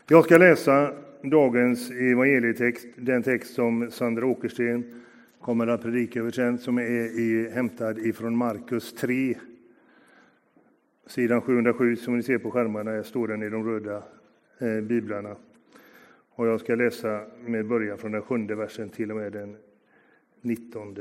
Jag ska läsa dagens evangelietext, den text som Sandra Åkersten kommer att predika över sen, som är hämtad ifrån Markus 3. Sidan 707 som ni ser på skärmarna står den i de röda biblarna. Och jag ska läsa med början från den 7:e versen till och med den 19:e.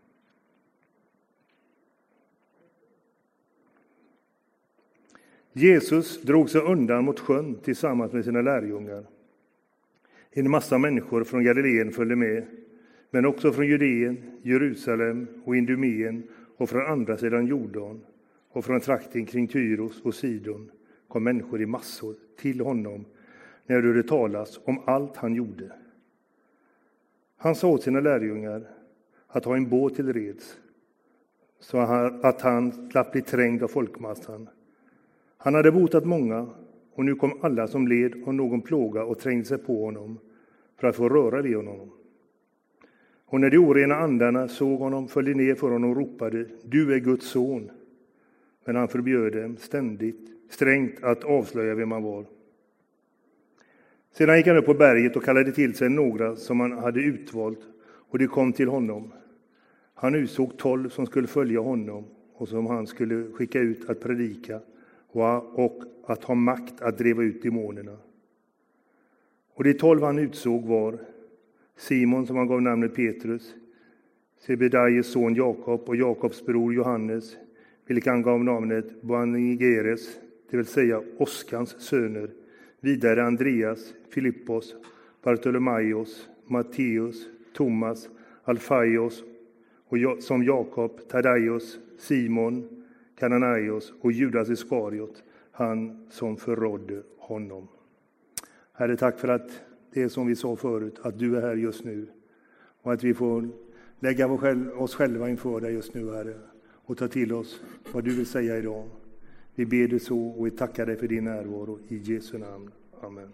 Jesus drog sig undan mot sjön tillsammans med sina lärjungar. En massa människor från Galileen följde med, men också från Judeen, Jerusalem och Idumeen och från andra sidan Jordan och från trakten kring Tyros och Sidon kom människor i massor till honom när det hörde talas om allt han gjorde. Han sa åt sina lärjungar att ha en båt till reds så att han slapp bli trängd av folkmassan. Han hade botat många, och nu kom alla som led av någon plåga och trängde sig på honom för att få röra vid honom. Och när de orena andarna såg honom, följde ner för honom och ropade: Du är Guds son. Men han förbjöd dem strängt att avslöja vem han var. Sedan gick han upp på berget och kallade till sig några som han hade utvalt, och de kom till honom. Han utsåg 12 som skulle följa honom och som han skulle skicka ut att predika och att ha makt att driva ut demonerna. Och de 12 han utsåg var Simon, som han gav namnet Petrus, Sebedaios son Jakob och Jakobs bror Johannes, vilken han gav namnet Boanerges, det vill säga Oskans söner, vidare Andreas, Filippos, Bartolomaios, Matteus, Thomas, Alfaios och som Jakob, Tadaios, Simon, Kananaios och Judas Iskariot, han som förrådde honom. Herre, tack för att det är som vi sa förut, att du är här just nu. Och att vi får lägga oss själva inför dig just nu, Herre. Och ta till oss vad du vill säga idag. Vi ber dig så och vi tackar dig för din närvaro i Jesu namn. Amen.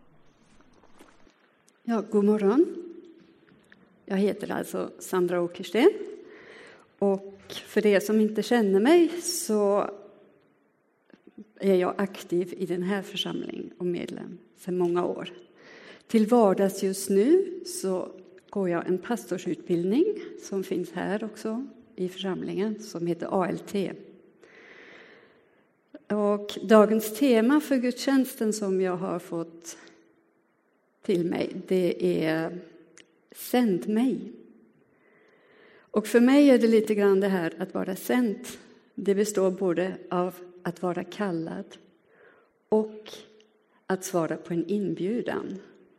Ja, god morgon. Jag heter alltså Sandra Åkersten. Och för er som inte känner mig så är jag aktiv i den här församlingen och medlem sedan många år. Till vardags just nu så går jag en pastorsutbildning som finns här också i församlingen som heter ALT. Och dagens tema för gudstjänsten som jag har fått till mig, det är Sänd mig. Och för mig är det lite grann det här att vara sänd. Det består både av att vara kallad och att svara på en inbjudan.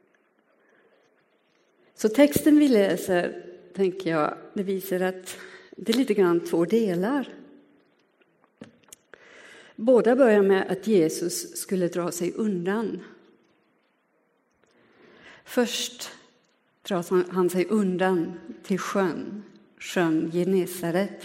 Så texten vi läser, tänker jag, det visar att det är lite grann 2 delar. Båda börjar med att Jesus skulle dra sig undan. Först drar han sig undan till sjön Genesaret.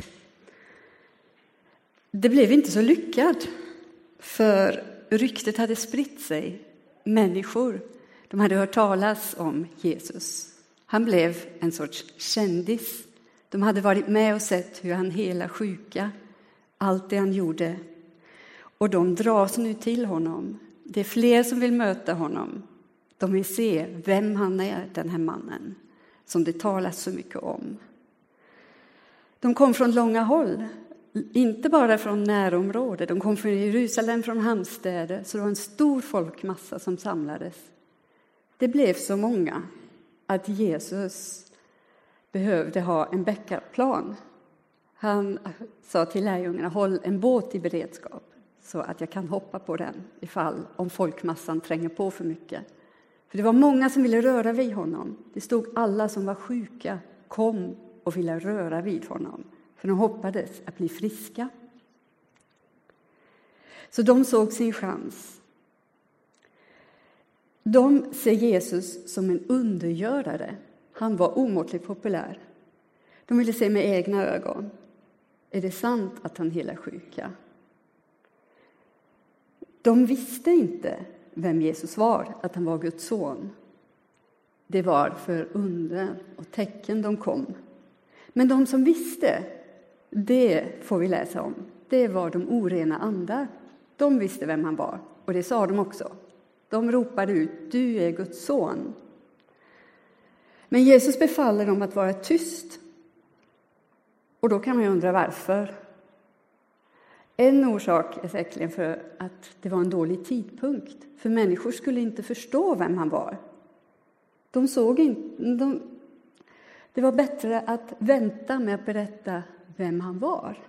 Det blev inte så lyckat, för ryktet hade spritt sig. Människor, de hade hört talas om Jesus. Han blev en sorts kändis. De hade varit med och sett hur han helade sjuka, allt det han gjorde. Och de dras nu till honom. Det är fler som vill möta honom. De vill se vem han är, den här mannen, som det talas så mycket om. De kom från långa håll, inte bara från närområdet. De kom från Jerusalem, från hamnstäder, så det var en stor folkmassa som samlades. Det blev så många att Jesus behövde ha en backup-plan. Han sa till lärjungarna: håll en båt i beredskap så att jag kan hoppa på den om folkmassan tränger på för mycket. För det var många som ville röra vid honom. Det stod alla som var sjuka kom och ville röra vid honom. För de hoppades att bli friska. Så de såg sin chans. De ser Jesus som en undergörare. Han var omåttligt populär. De ville se med egna ögon. Är det sant att han helar sjuka? De visste inte vem Jesus var, att han var Guds son. Det var för under och tecken de kom. Men de som visste, det får vi läsa om. Det var de orena andar. De visste vem han var, och det sa de också. De ropade ut, du är Guds son. Men Jesus befaller dem att vara tyst. Och då kan man ju undra varför. En orsak är säkerligen för att det var en dålig tidpunkt. För människor skulle inte förstå vem han var. De såg inte... Det var bättre att vänta med att berätta vem han var.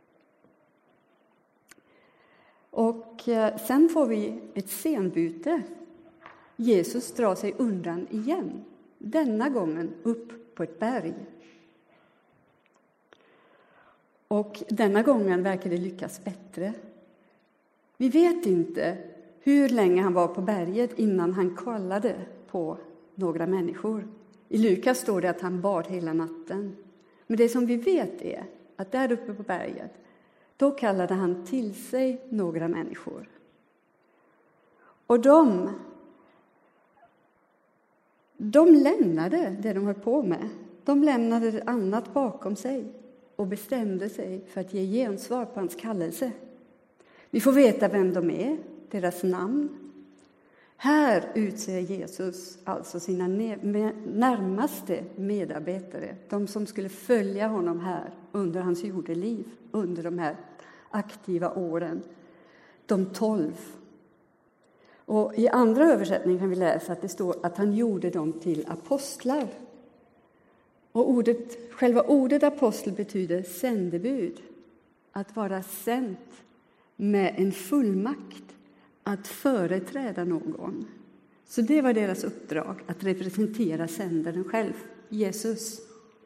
Och sen får vi ett scenbyte. Jesus drar sig undan igen. Denna gången upp på ett berg. Och denna gången verkar det lyckas bättre. Vi vet inte hur länge han var på berget innan han kallade på några människor. I Lukas står det att han bad hela natten. Men det som vi vet är att där uppe på berget, då kallade han till sig några människor. Och de lämnade det de höll på med. De lämnade det annat bakom sig och bestämde sig för att ge gensvar på hans kallelse. Vi får veta vem de är, deras namn. Här utser Jesus alltså sina närmaste medarbetare, de som skulle följa honom här under hans jordeliv, under de här aktiva åren, de 12. Och i andra översättningar kan vi läsa att det står att han gjorde dem till apostlar. Och själva ordet apostel betyder sändebud, att vara sänt med en fullmakt att företräda någon. Så det var deras uppdrag, att representera sändaren själv, Jesus.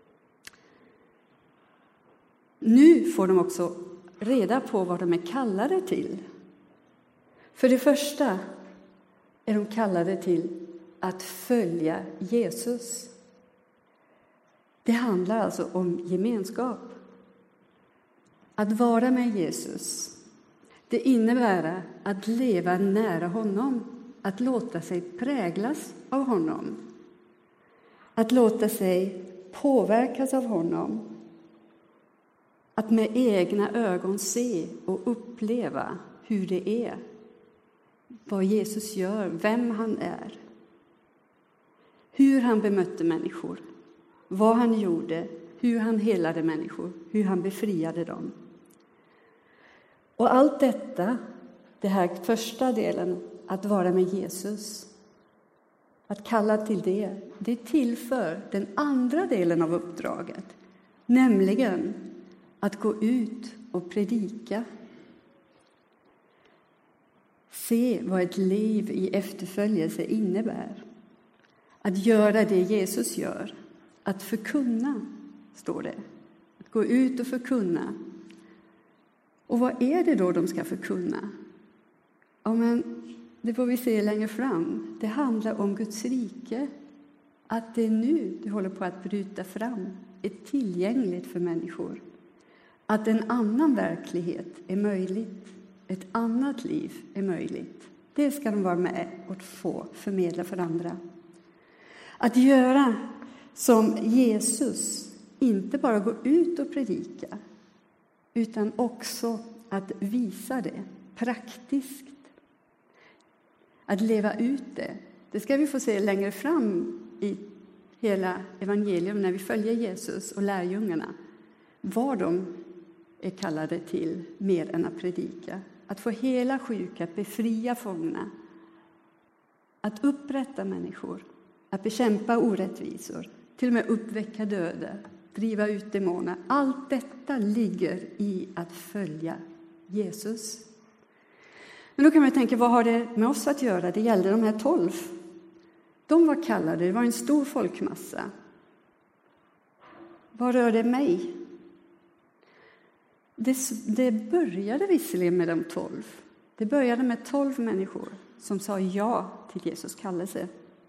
Nu får de också reda på vad de är kallade till. För det första är de kallade till att följa Jesus. Det handlar alltså om gemenskap. Att vara med Jesus. Det innebär att leva nära honom, att låta sig präglas av honom, att låta sig påverkas av honom, att med egna ögon se och uppleva hur det är, vad Jesus gör, vem han är, hur han bemötte människor, vad han gjorde, hur han helade människor, hur han befriade dem. Och allt detta, det här första delen, att vara med Jesus, att kalla till det tillför den andra delen av uppdraget, nämligen att gå ut och predika. Se vad ett liv i efterföljelse innebär. Att göra det Jesus gör, att förkunna, står det. Att gå ut och förkunna. Och vad är det då de ska förkunna? Ja, men det får vi se längre fram. Det handlar om Guds rike. Att det är nu det håller på att bryta fram. Är tillgängligt för människor. Att en annan verklighet är möjligt. Ett annat liv är möjligt. Det ska de vara med och få förmedla för andra. Att göra som Jesus. Inte bara gå ut och predika. Utan också att visa det praktiskt. Att leva ut det. Det ska vi få se längre fram i hela evangelium när vi följer Jesus och lärjungarna. Vad de är kallade till mer än att predika. Att få hela sjuka, att befria fångna. Att upprätta människor. Att bekämpa orättvisor. Till och med uppväcka döda. Driva ut demoner. Allt detta ligger i att följa Jesus. Men då kan man tänka, vad har det med oss att göra? Det gällde de här 12. De var kallade, det var en stor folkmassa. Vad rör det mig? Det började visserligen med de 12. Det började med 12 människor som sa ja till Jesus kallelse.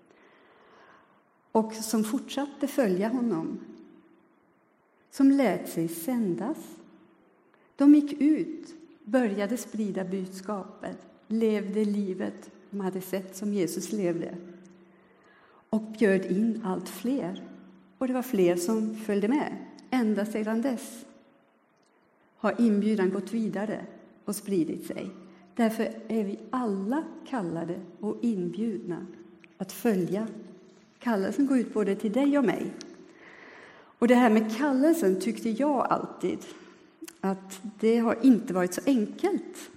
Och som fortsatte följa honom. Som lät sig sändas. De gick ut, började sprida budskapet, levde livet de hade sett som Jesus levde. Och bjöd in allt fler. Och det var fler som följde med. Ända sedan dess har inbjudan gått vidare och spridit sig. Därför är vi alla kallade och inbjudna att följa. Kallelsen går ut både till dig och mig. Och det här med kallelsen tyckte jag alltid att det har inte varit så enkelt.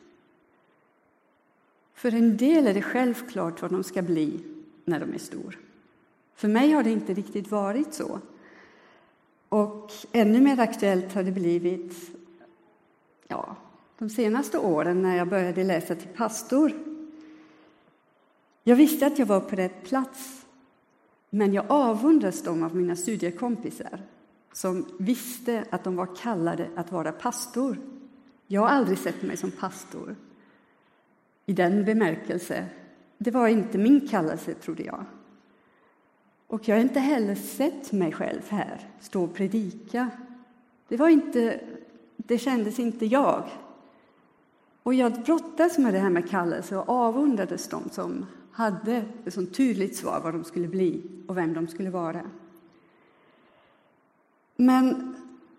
För en del är det självklart vad de ska bli när de är stor. För mig har det inte riktigt varit så. Och ännu mer aktuellt har det blivit de senaste åren när jag började läsa till pastor. Jag visste att jag var på rätt plats, men jag avundas dem av mina studiekompisar som visste att de var kallade att vara pastor. Jag har aldrig sett mig som pastor i den bemärkelse. Det var inte min kallelse, trodde jag. Och jag har inte heller sett mig själv här stå och predika. Det kändes inte jag. Och jag brottades med det här med kallelse och avundades dem som hade ett så tydligt svar vad de skulle bli och vem de skulle vara. Men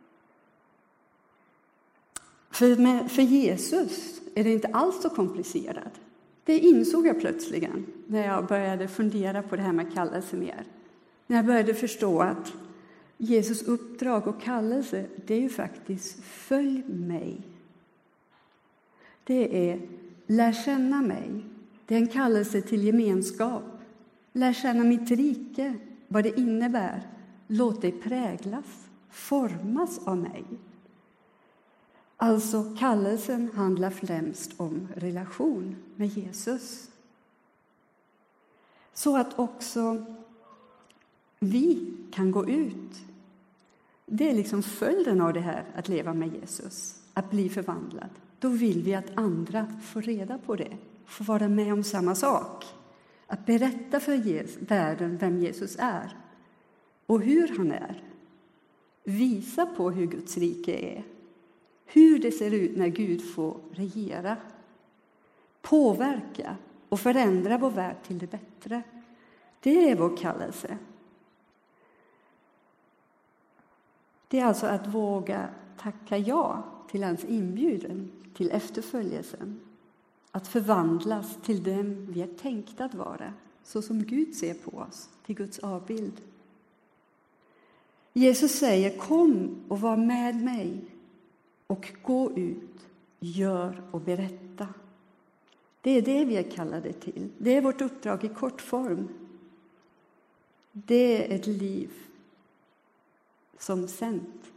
för Jesus är det inte alls så komplicerat. Det insåg jag plötsligen när jag började fundera på det här med kallelse mer. När jag började förstå att Jesus uppdrag och kallelse, det är ju faktiskt följ mig. Det är lär känna mig. Det är en kallelse till gemenskap. Lär känna mitt rike, vad det innebär. Låt dig präglas, formas av mig. Alltså kallelsen handlar främst om relation med Jesus. Så att också vi kan gå ut. Det är liksom följden av det här att leva med Jesus, att bli förvandlad. Då vill vi att andra får reda på det, får vara med om samma sak. Att berätta för världen vem Jesus är och hur han är. Visa på hur Guds rike är. Hur det ser ut när Gud får regera. Påverka och förändra vår värld till det bättre. Det är vår kallelse. Det är alltså att våga tacka ja till hans inbjudan till efterföljelsen. Att förvandlas till den vi är tänkta att vara, så som Gud ser på oss, till Guds avbild. Jesus säger, kom och var med mig och gå ut, gör och berätta. Det är det vi är kallade till. Det är vårt uppdrag i kort form. Det är ett liv som sänt.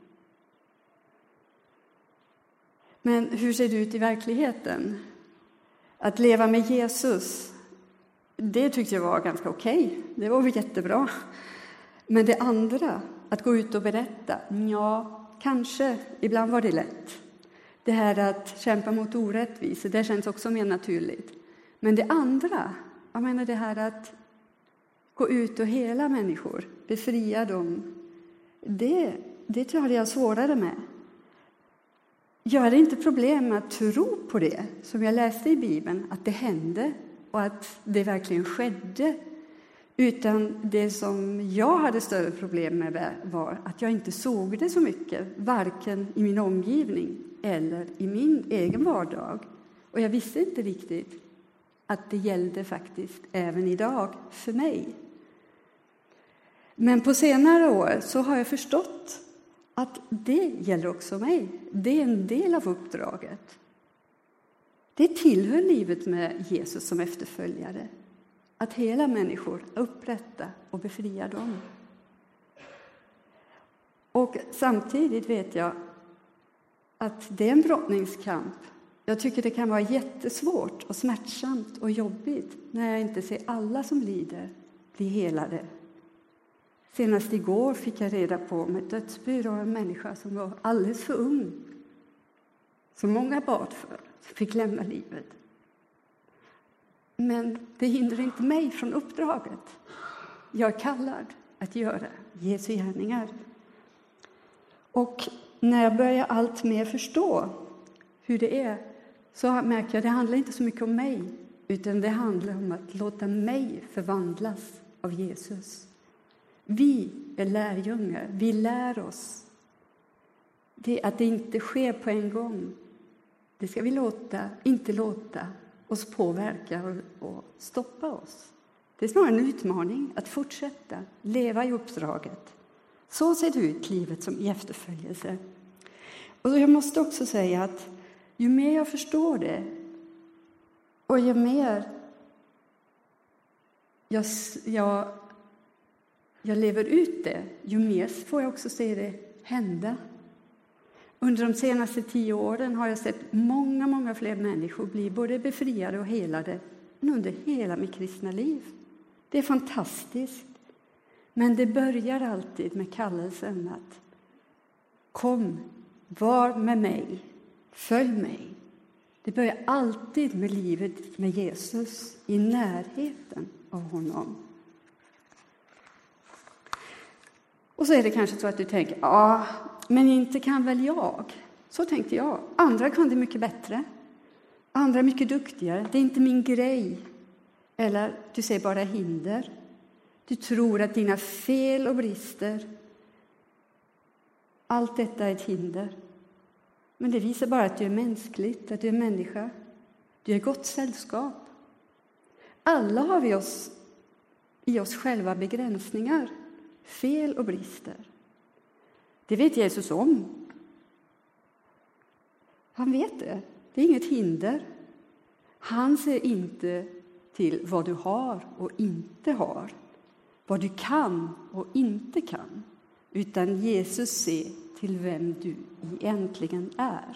Men hur ser det ut i verkligheten? Att leva med Jesus, det tyckte jag var ganska okej. Det var väl jättebra. Men det andra, att gå ut och berätta, kanske, ibland var det lätt. Det här att kämpa mot orättvisor, det känns också mer naturligt. Men det andra, jag menar det här att gå ut och hela människor, befria dem, det tror jag är svårare med. Jag hade inte problem med att tro på det som jag läste i Bibeln, att det hände och att det verkligen skedde. Utan det som jag hade större problem med var att jag inte såg det så mycket, varken i min omgivning eller i min egen vardag. Och jag visste inte riktigt att det gällde faktiskt även idag för mig. Men på senare år så har jag förstått att det gäller också mig. Det är en del av uppdraget. Det tillhör livet med Jesus som efterföljare. Att hela människor upprätta och befria dem. Och samtidigt vet jag att det är en brottningskamp. Jag tycker det kan vara jättesvårt och smärtsamt och jobbigt när jag inte ser alla som lider bli helade. Senast igår fick jag reda på med dödsbud av en människa som var alldeles för ung. Som många bad för, fick lämna livet. Men det hindrar inte mig från uppdraget. Jag är kallad att göra Jesu gärningar. Och när jag börjar allt mer förstå hur det är, så märker jag att det handlar inte så mycket om mig, utan det handlar om att låta mig förvandlas av Jesus. Vi är lärjungar, vi lär oss. Att det inte sker på en gång. det ska vi inte låta oss påverka och stoppa oss. Det är snarare en utmaning att fortsätta leva i uppdraget. Så ser det ut, livet som i efterföljelse. Och jag måste också säga att ju mer jag förstår det och ju mer jag lever ut det, ju mer får jag också se det hända. Under de senaste 10 åren har jag sett många fler människor bli både befriade och helade än under hela mitt kristna liv. Det är fantastiskt. Men det börjar alltid med kallelsen att kom, var med mig, följ mig. Det börjar alltid med livet med Jesus, i närheten av honom. Och så är det kanske så att du tänker, men inte kan väl jag. Så tänkte jag. Andra kan det mycket bättre. Andra är mycket duktigare. Det är inte min grej. Eller du ser bara hinder. Du tror att dina fel och brister, allt detta är ett hinder. Men det visar bara att du är mänskligt, att du är människa. Du är gott sällskap. Alla har vi i oss själva begränsningar, fel och brister. Det vet Jesus om. Han vet det. Det är inget hinder. Han ser inte till vad du har och inte har. Vad du kan och inte kan. Utan Jesus ser till vem du egentligen är.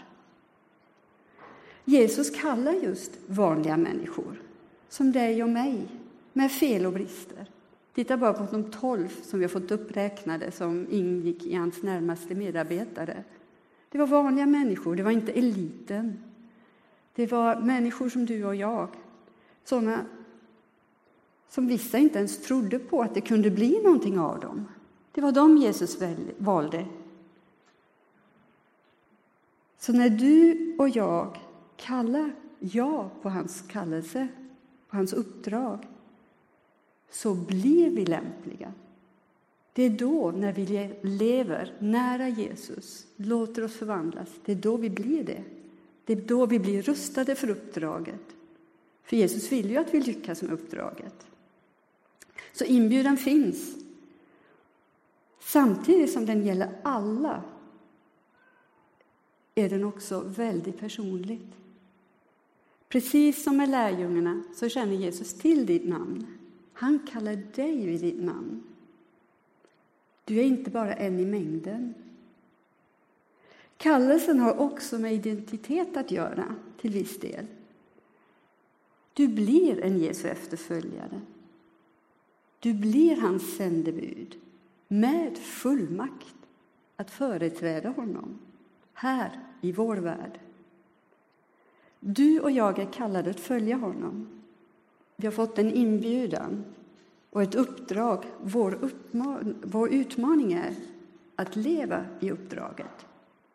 Jesus kallar just vanliga människor, som dig och mig, med fel och brister. Titta bara på de 12 som vi har fått uppräknade som ingick i hans närmaste medarbetare. Det var vanliga människor, det var inte eliten. Det var människor som du och jag. Sådana som vissa inte ens trodde på att det kunde bli någonting av dem. Det var dem Jesus valde. Så när du och jag kallar ja på hans kallelse, på hans uppdrag, så blir vi lämpliga. Det är då, när vi lever nära Jesus, låter oss förvandlas, det är då vi blir det. Det är då vi blir rustade för uppdraget. För Jesus vill ju att vi lyckas med uppdraget. Så inbjudan finns. Samtidigt som den gäller alla är den också väldigt personlig. Precis som med lärjungarna så känner Jesus till ditt namn. Han kallar dig vid ditt namn. Du är inte bara en i mängden. Kallelsen har också med identitet att göra till viss del. Du blir en Jesu efterföljare. Du blir hans sändebud med fullmakt att företräda honom här i vår värld. Du och jag är kallade att följa honom. Vi har fått en inbjudan och ett uppdrag. Vår utmaning är att leva i uppdraget.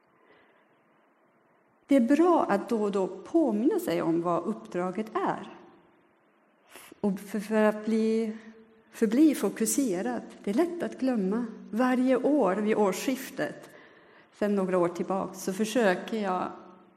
Det är bra att då och då påminna sig om vad uppdraget är. Och för att förbli fokuserad. Det är lätt att glömma. Varje år vid årsskiftet, sedan några år tillbaka, så försöker jag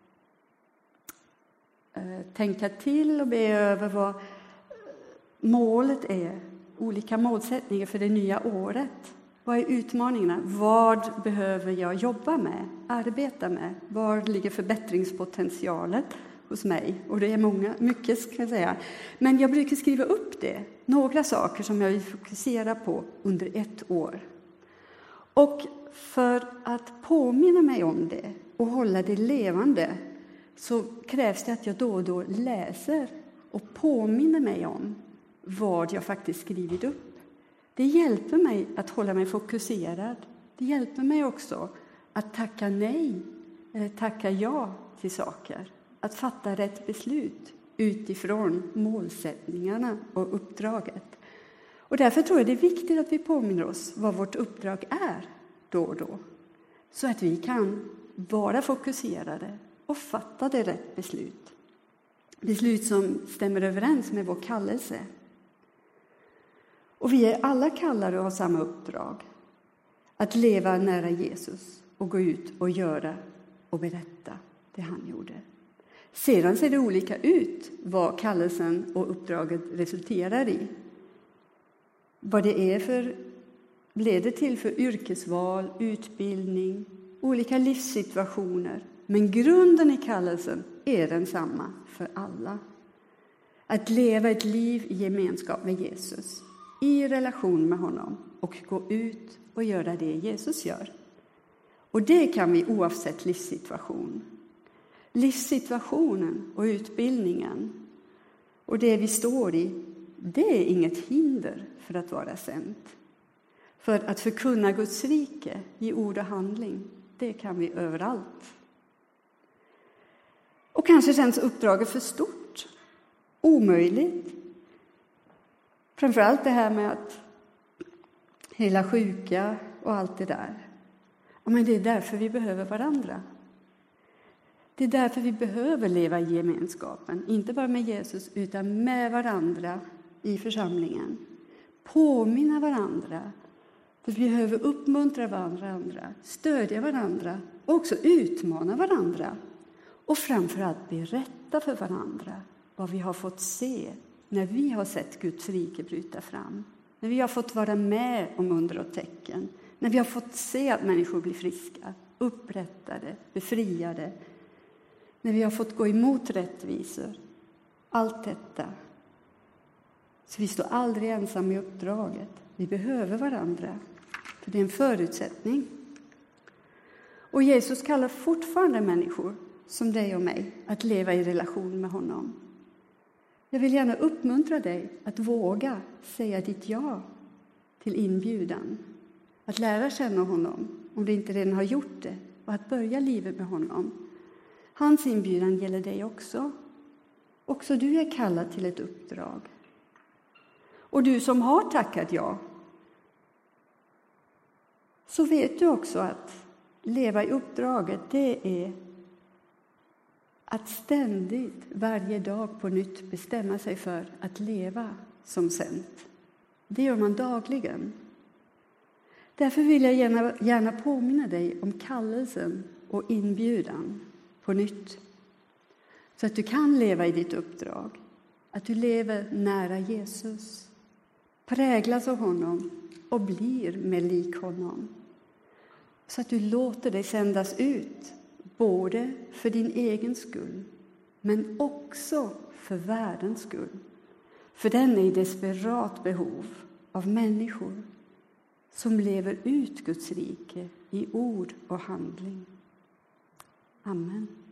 tänka till och be över vad målet är. Olika målsättningar för det nya året. Vad är utmaningarna? Vad behöver jag jobba med, arbeta med? Var ligger förbättringspotentialet hos mig? Och det är mycket ska jag säga. Men jag brukar skriva upp det. Några saker som jag vill fokusera på under ett år. Och för att påminna mig om det och hålla det levande så krävs det att jag då och då läser och påminner mig om vad jag faktiskt skrivit upp. Det hjälper mig att hålla mig fokuserad. Det hjälper mig också att tacka nej eller tacka ja till saker. Att fatta rätt beslut utifrån målsättningarna och uppdraget. Och därför tror jag det är viktigt att vi påminner oss vad vårt uppdrag är då och då. Så att vi kan vara fokuserade och fatta det rätt beslut. Beslut som stämmer överens med vår kallelse. Och vi är alla kallade och har samma uppdrag. Att leva nära Jesus och gå ut och göra och berätta det han gjorde. Sedan ser det olika ut vad kallelsen och uppdraget resulterar i. Vad det är leder till för yrkesval, utbildning, olika livssituationer. Men grunden i kallelsen är densamma för alla. Att leva ett liv i gemenskap med Jesus, i relation med honom och gå ut och göra det Jesus gör. Och det kan vi oavsett livssituation. Livssituationen och utbildningen och det vi står i, det är inget hinder för att vara sänd. För att förkunna Guds rike i ord och handling, det kan vi överallt. Och kanske känns uppdraget för stort, omöjligt. Framförallt det här med att hela sjuka och allt det där. Men det är därför vi behöver varandra. Det är därför vi behöver leva i gemenskapen, inte bara med Jesus utan med varandra i församlingen. Påminna varandra, för vi behöver uppmuntra varandra, stödja varandra och också utmana varandra. Och framförallt berätta för varandra vad vi har fått se när vi har sett Guds rike bryta fram. När vi har fått vara med om under och tecken. När vi har fått se att människor blir friska, upprättade, befriade. När vi har fått gå emot rättvisor. Allt detta. Så vi står aldrig ensam i uppdraget. Vi behöver varandra. För det är en förutsättning. Och Jesus kallar fortfarande människor som dig och mig att leva i relation med honom. Jag vill gärna uppmuntra dig att våga säga ditt ja till inbjudan. Att lära känna honom om du inte redan har gjort det. Och att börja livet med honom. Hans inbjudan gäller dig också. Också du är kallad till ett uppdrag. Och du som har tackat ja, så vet du också att leva i uppdraget, det är att ständigt, varje dag på nytt bestämma sig för att leva som sänt. Det gör man dagligen. Därför vill jag gärna påminna dig om kallelsen och inbjudan på nytt. Så att du kan leva i ditt uppdrag. Att du lever nära Jesus. Präglas av honom och blir mer lik honom. Så att du låter dig sändas ut. Både för din egen skull. Men också för världens skull. För den är i desperat behov av människor. Som lever ut Guds rike i ord och handling. Amen.